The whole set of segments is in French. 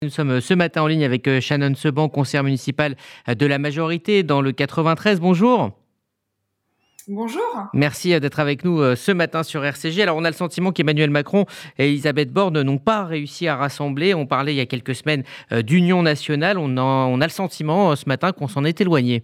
Nous sommes ce matin en ligne avec Shannon Seban, conseillère municipale de la majorité dans le 93. Bonjour. Bonjour. Merci d'être avec nous ce matin sur RCJ. Alors, on a le sentiment qu'Emmanuel Macron et Elisabeth Borne n'ont pas réussi à rassembler. On parlait il y a quelques semaines d'union nationale. On a le sentiment ce matin qu'on s'en est éloigné.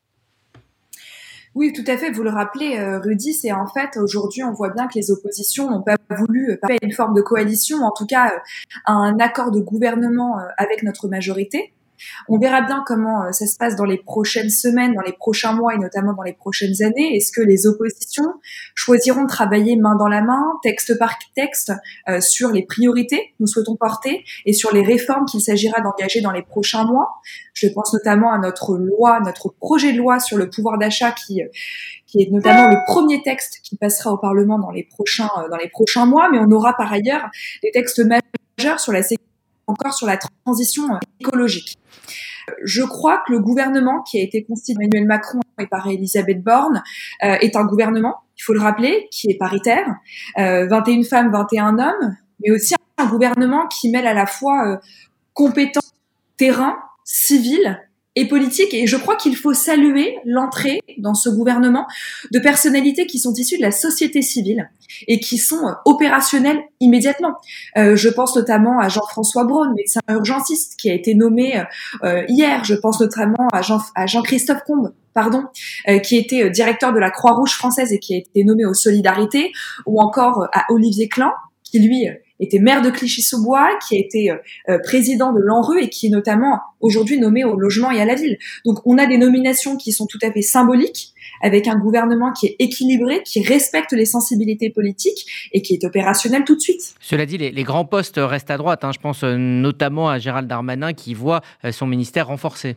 Oui, tout à fait. Vous le rappelez, Rudy, c'est en fait aujourd'hui, on voit bien que les oppositions n'ont pas voulu faire une forme de coalition, en tout cas un accord de gouvernement avec notre majorité. On verra bien comment ça se passe dans les prochaines semaines, dans les prochains mois et notamment dans les prochaines années. Est-ce que les oppositions choisiront de travailler main dans la main, texte par texte, sur les priorités que nous souhaitons porter et sur les réformes qu'il s'agira d'engager dans les prochains mois? Je pense notamment à notre projet de loi sur le pouvoir d'achat qui est notamment le premier texte qui passera au Parlement dans les prochains mois. Mais on aura par ailleurs des textes majeurs sur la sécurité, encore sur la transition écologique. Je crois que le gouvernement qui a été constitué par Emmanuel Macron et par Elisabeth Borne est un gouvernement, il faut le rappeler, qui est paritaire, 21 femmes, 21 hommes, mais aussi un gouvernement qui mêle à la fois compétences, terrain, civil et politique. Et je crois qu'il faut saluer l'entrée dans ce gouvernement de personnalités qui sont issues de la société civile et qui sont opérationnelles immédiatement. Je pense notamment à Jean-François Braun, médecin urgentiste, qui a été nommé hier. Je pense notamment à Jean-Christophe Combe, qui était directeur de la Croix-Rouge française et qui a été nommé aux Solidarités, ou encore à Olivier Klein, qui lui était maire de Clichy-sous-Bois, qui a été président de l'ANRU et qui est notamment aujourd'hui nommé au logement et à la ville. Donc on a des nominations qui sont tout à fait symboliques, avec un gouvernement qui est équilibré, qui respecte les sensibilités politiques et qui est opérationnel tout de suite. Cela dit, les grands postes restent à droite. Je pense notamment à Gérald Darmanin qui voit son ministère renforcé.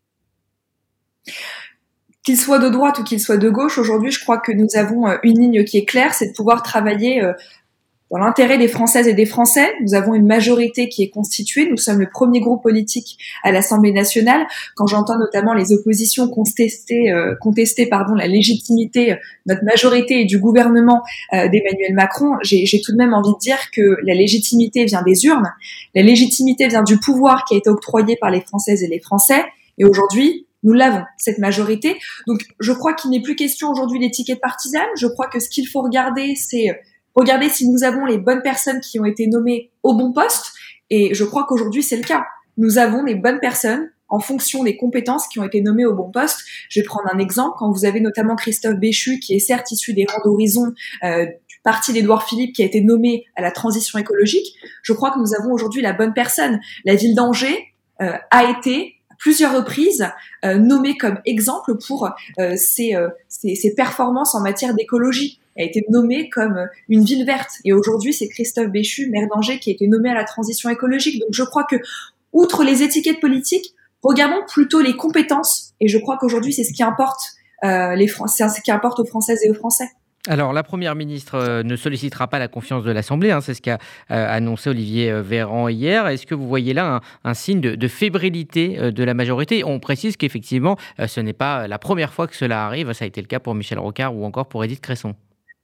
Qu'il soit de droite ou qu'il soit de gauche, aujourd'hui, je crois que nous avons une ligne qui est claire, c'est de pouvoir travailler dans l'intérêt des Françaises et des Français. Nous avons une majorité qui est constituée. Nous sommes le premier groupe politique à l'Assemblée nationale. Quand j'entends notamment les oppositions contester la légitimité de notre majorité et du gouvernement d'Emmanuel Macron, j'ai tout de même envie de dire que la légitimité vient des urnes. La légitimité vient du pouvoir qui a été octroyé par les Françaises et les Français. Et aujourd'hui, nous l'avons, cette majorité. Donc, je crois qu'il n'est plus question aujourd'hui d'étiquette partisane. Je crois que ce qu'il faut regarder, c'est regardez si nous avons les bonnes personnes qui ont été nommées au bon poste. Et je crois qu'aujourd'hui, c'est le cas. Nous avons les bonnes personnes en fonction des compétences qui ont été nommées au bon poste. Je vais prendre un exemple. Quand vous avez notamment Christophe Béchu, qui est certes issu des rangs d'Horizon, du parti d'Édouard Philippe, qui a été nommé à la transition écologique, je crois que nous avons aujourd'hui la bonne personne. La ville d'Angers a été à plusieurs reprises nommée comme exemple pour ses performances en matière d'écologie. A été nommée comme une ville verte. Et aujourd'hui, c'est Christophe Béchu, maire d'Angers, qui a été nommé à la transition écologique. Donc je crois que, outre les étiquettes politiques, regardons plutôt les compétences. Et je crois qu'aujourd'hui, c'est ce qui importe c'est ce qui importe aux Françaises et aux Français. Alors, la Première ministre ne sollicitera pas la confiance de l'Assemblée, c'est ce qu'a annoncé Olivier Véran hier. Est-ce que vous voyez là un signe de fébrilité de la majorité? On précise qu'effectivement, ce n'est pas la première fois que cela arrive. Ça a été le cas pour Michel Rocard ou encore pour Édith Cresson.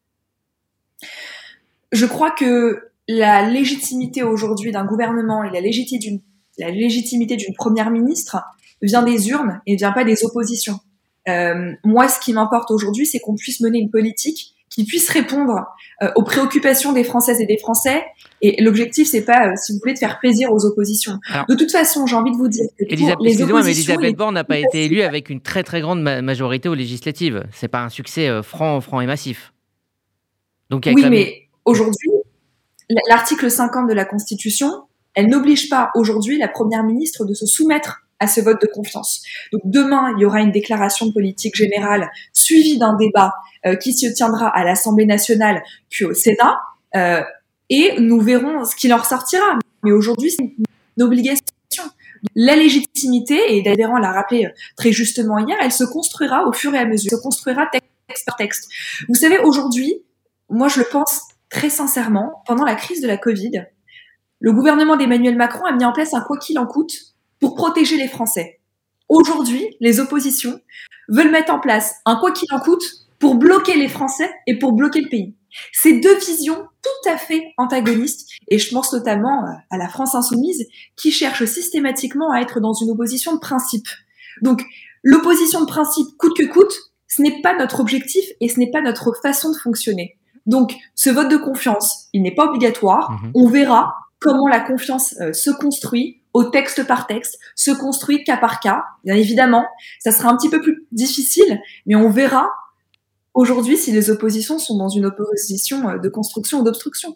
Je crois que la légitimité aujourd'hui d'un gouvernement et la légitimité d'une première ministre vient des urnes et ne vient pas des oppositions. Moi, ce qui m'importe aujourd'hui, c'est qu'on puisse mener une politique qui puisse répondre aux préoccupations des Françaises et des Français. Et l'objectif, c'est pas, si vous voulez, de faire plaisir aux oppositions. Alors, de toute façon, j'ai envie de vous dire que Elisabeth Borne n'a pas été élue avec une très très grande majorité aux législatives. C'est pas un succès franc et massif. Donc, mais aujourd'hui, l'article 50 de la Constitution, elle n'oblige pas aujourd'hui la Première ministre de se soumettre à ce vote de confiance. Donc demain, il y aura une déclaration de politique générale suivie d'un débat qui se tiendra à l'Assemblée nationale puis au Sénat et nous verrons ce qu'il en ressortira. Mais aujourd'hui, c'est une obligation. La légitimité, et Véran l'a rappelé très justement hier, elle se construira au fur et à mesure, elle se construira texte par texte. Vous savez, aujourd'hui, moi je le pense très sincèrement, pendant la crise de la Covid, le gouvernement d'Emmanuel Macron a mis en place un quoi qu'il en coûte pour protéger les Français. Aujourd'hui, les oppositions veulent mettre en place un quoi qu'il en coûte pour bloquer les Français et pour bloquer le pays. Ces deux visions tout à fait antagonistes. Et je pense notamment à la France insoumise qui cherche systématiquement à être dans une opposition de principe. Donc, l'opposition de principe coûte que coûte, ce n'est pas notre objectif et ce n'est pas notre façon de fonctionner. Donc, ce vote de confiance, il n'est pas obligatoire. On verra comment la confiance se construit au texte par texte, se construit cas par cas. Bien évidemment, ça sera un petit peu plus difficile, mais on verra aujourd'hui si les oppositions sont dans une opposition de construction ou d'obstruction.